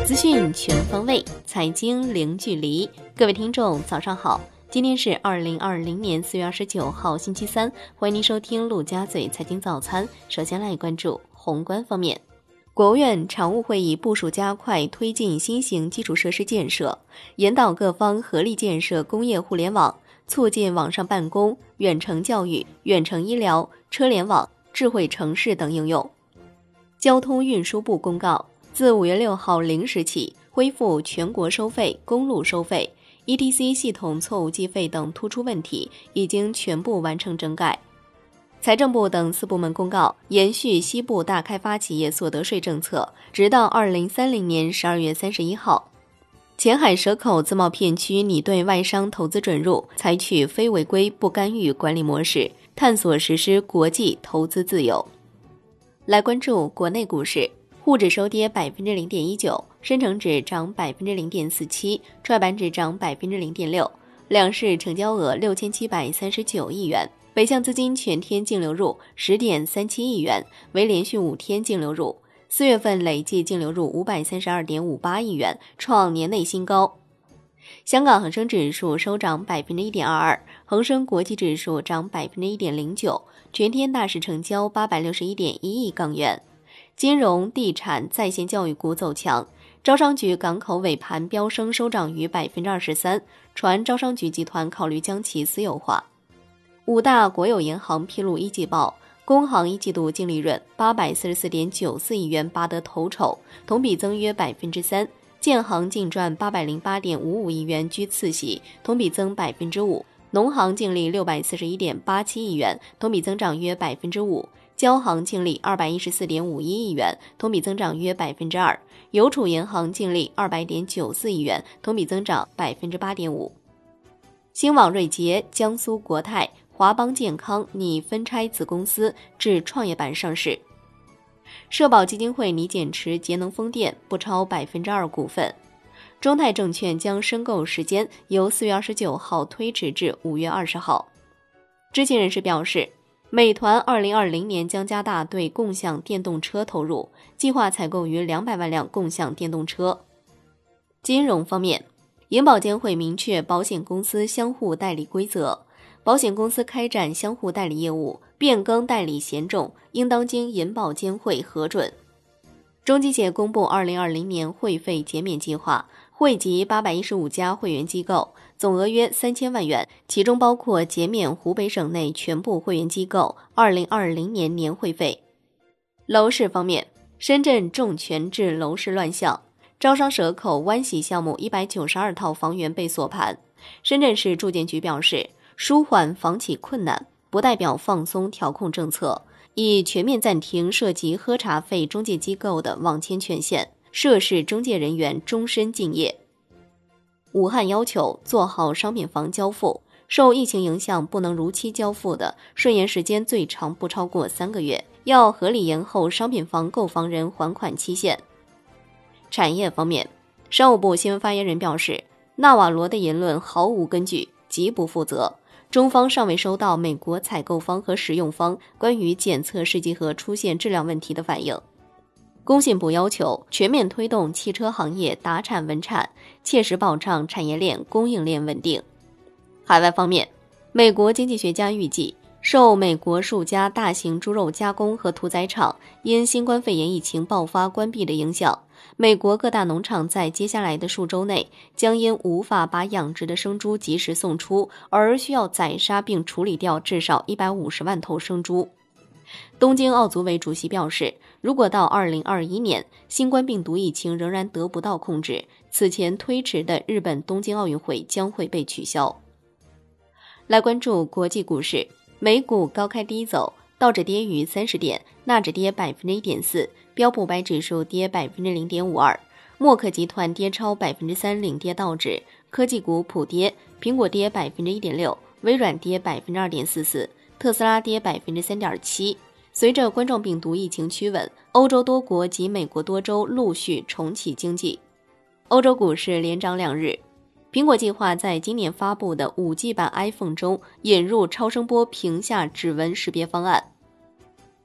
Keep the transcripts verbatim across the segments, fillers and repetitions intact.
资讯全方位，财经零距离。各位听众早上好，今天是二零二零年四月二十九号星期三，欢迎您收听陆家嘴财经早餐。首先来关注宏观方面，国务院常务会议部署加快推进新型基础设施建设，引导各方合力建设工业互联网，促进网上办公、远程教育、远程医疗、车联网、智慧城市等应用。交通运输部公告，自五月六号零时起，恢复全国收费、公路收费、E T C 系统错误计费等突出问题已经全部完成整改。财政部等四部门公告，延续西部大开发企业所得税政策，直到二零三零年十二月三十一号。前海蛇口自贸片区拟对外商投资准入采取非违规不干预管理模式，探索实施国际投资自由。来关注国内股市。沪指收跌百分之零点一九，深成指涨百分之零点四七，创业板指涨百分之零点六，两市成交额六千七百三十九亿元，北向资金全天净流入十点三七亿元，为连续五天净流入，四月份累计净流入五百三十二点五八亿元，创年内新高。香港恒生指数收涨百分之一点二二，恒生国际指数涨百分之一点零九，全天大市成交八百六十一点一亿港元。金融、地产、在线教育股走强，招商局港口尾盘飙升收涨逾百分之二十三，传招商局集团考虑将其私有化。五大国有银行披露一季报，工行一季度净利润八百四十四点九四亿元，拔得头筹，同比增约百分之三。建行净赚八百零八点五五亿元，居次席，同比增百分之五。农行净利六百四十一点八七亿元，同比增长约百分之五。交行净利二百一十四点五一亿元，同比增长约百分之二。邮储银行净利二百点九四亿元，同比增长百分之八点五。兴网瑞捷、江苏国泰、华邦健康拟分拆子公司至创业板上市。社保基金会拟减持节能风电不超百分之二股份。中泰证券将申购时间由四月二十九号推迟至五月二十号。知情人士表示，美团二零二零年将加大对共享电动车投入，计划采购逾两百万辆共享电动车。金融方面，银保监会明确保险公司相互代理规则，保险公司开展相互代理业务，变更代理险种，应当经银保监会核准。中基协公布二零二零年会费减免计划，惠及八百一十五家会员机构，总额约三千万元，其中包括减免湖北省内全部会员机构二零二零年年会费。楼市方面，深圳重拳治楼市乱象，招商蛇口湾喜项目一百九十二套房源被锁盘。深圳市住建局表示，舒缓房企困难不代表放松调控政策，已全面暂停涉及喝茶费中介机构的网签权限，涉事中介人员终身敬业。武汉要求做好商品房交付，受疫情影响不能如期交付的，顺延时间最长不超过三个月，要合理延后商品房购房人还款期限。产业方面，商务部新闻发言人表示，纳瓦罗的言论毫无根据，极不负责。中方尚未收到美国采购方和使用方关于检测试剂盒出现质量问题的反应。工信部要求全面推动汽车行业达产稳产，切实保障产业链供应链稳定。海外方面，美国经济学家预计，受美国数家大型猪肉加工和屠宰场因新冠肺炎疫情爆发关闭的影响，美国各大农场在接下来的数周内将因无法把养殖的生猪及时送出，而需要宰杀并处理掉至少一百五十万头生猪。东京奥组委主席表示，如果到二零二一年新冠病毒疫情仍然得不到控制，此前推迟的日本东京奥运会将会被取消。来关注国际股市，美股高开低走，道指跌逾三十点，纳指跌百分之一点四，标普百指数跌百分之零点五二，默克集团跌超百分之三，领跌道指。科技股普跌，苹果跌百分之一点六，微软跌百分之二点四四，特斯拉跌百分之三点七。随着冠状病毒疫情趋稳，欧洲多国及美国多州陆续重启经济。欧洲股市连涨两日。苹果计划在今年发布的 五 G 版 iPhone 中引入超声波屏下指纹识别方案。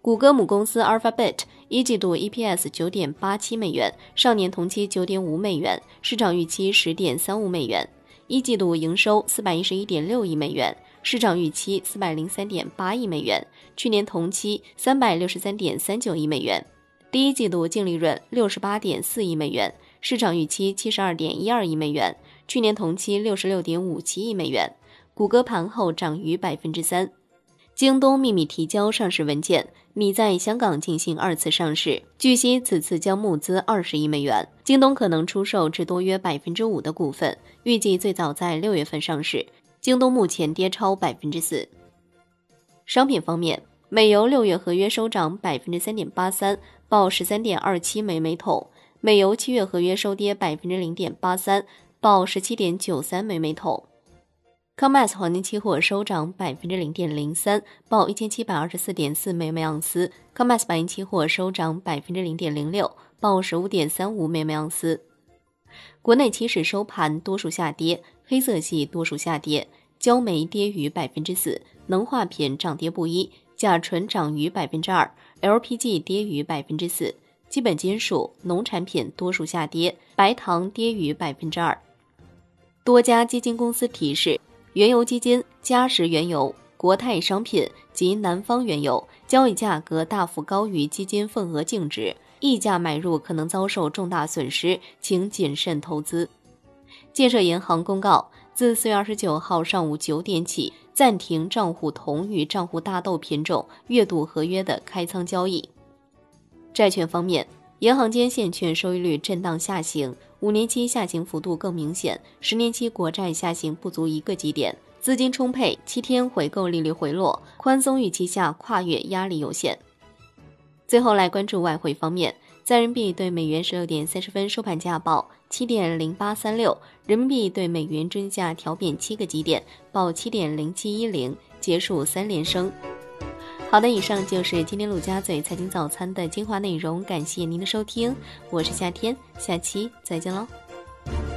谷歌母公司 Alphabet 一季度 E P S 九点八七美元，上年同期九点五美元，市场预期十点三五美元。一季度营收四百一十一点六亿美元，市场预期四百零三点八亿美元，去年同期三百六十三点三九亿美元。第一季度净利润六十八点四亿美元，市场预期七十二点一二亿美元，去年同期六十六点五七亿美元。谷歌盘后涨逾百分之三。京东秘密提交上市文件，拟在香港进行二次上市，据悉此次将募资二十亿美元，京东可能出售至多约百分之五的股份，预计最早在六月份上市。京东目前跌超百分之四。商品方面，美油六月合约收涨百分之三点八三，报十三点二七美每桶；美油七月合约收跌百分之零点八三，报十七点九三美每桶。COMEX 黄金期货收涨百分之零点零三，报一千七百二十四点四美每盎司。COMEX 白银期货收涨百分之零点零六，报十五点三五美每盎司。国内期市收盘多数下跌，黑色系多数下跌，焦煤跌逾百分之四，能化品涨跌不一，甲醇涨逾百分之二 ，L P G 跌逾百分之四，基本金属、农产品多数下跌，白糖跌逾百分之二。多家基金公司提示，原油基金、嘉实原油、国泰商品及南方原油交易价格大幅高于基金份额净值，溢价买入可能遭受重大损失，请谨慎投资。建设银行公告，自四月二十九号上午九点起，暂停账户铜与账户大豆品种月度合约的开仓交易。债券方面，银行间现券收益率震荡下行，五年期下行幅度更明显，十年期国债下行不足一个基点，资金充沛，七天回购利率回落，宽松预期下跨越压力有限。最后来关注外汇方面，在人民币对美元十六点三十分收盘价报七点零八三六，人民币对美元均价调贬七个基点，报七点零七一零，结束三连升。好的，以上就是今天陆家嘴财经早餐的精华内容，感谢您的收听，我是夏天，下期再见喽。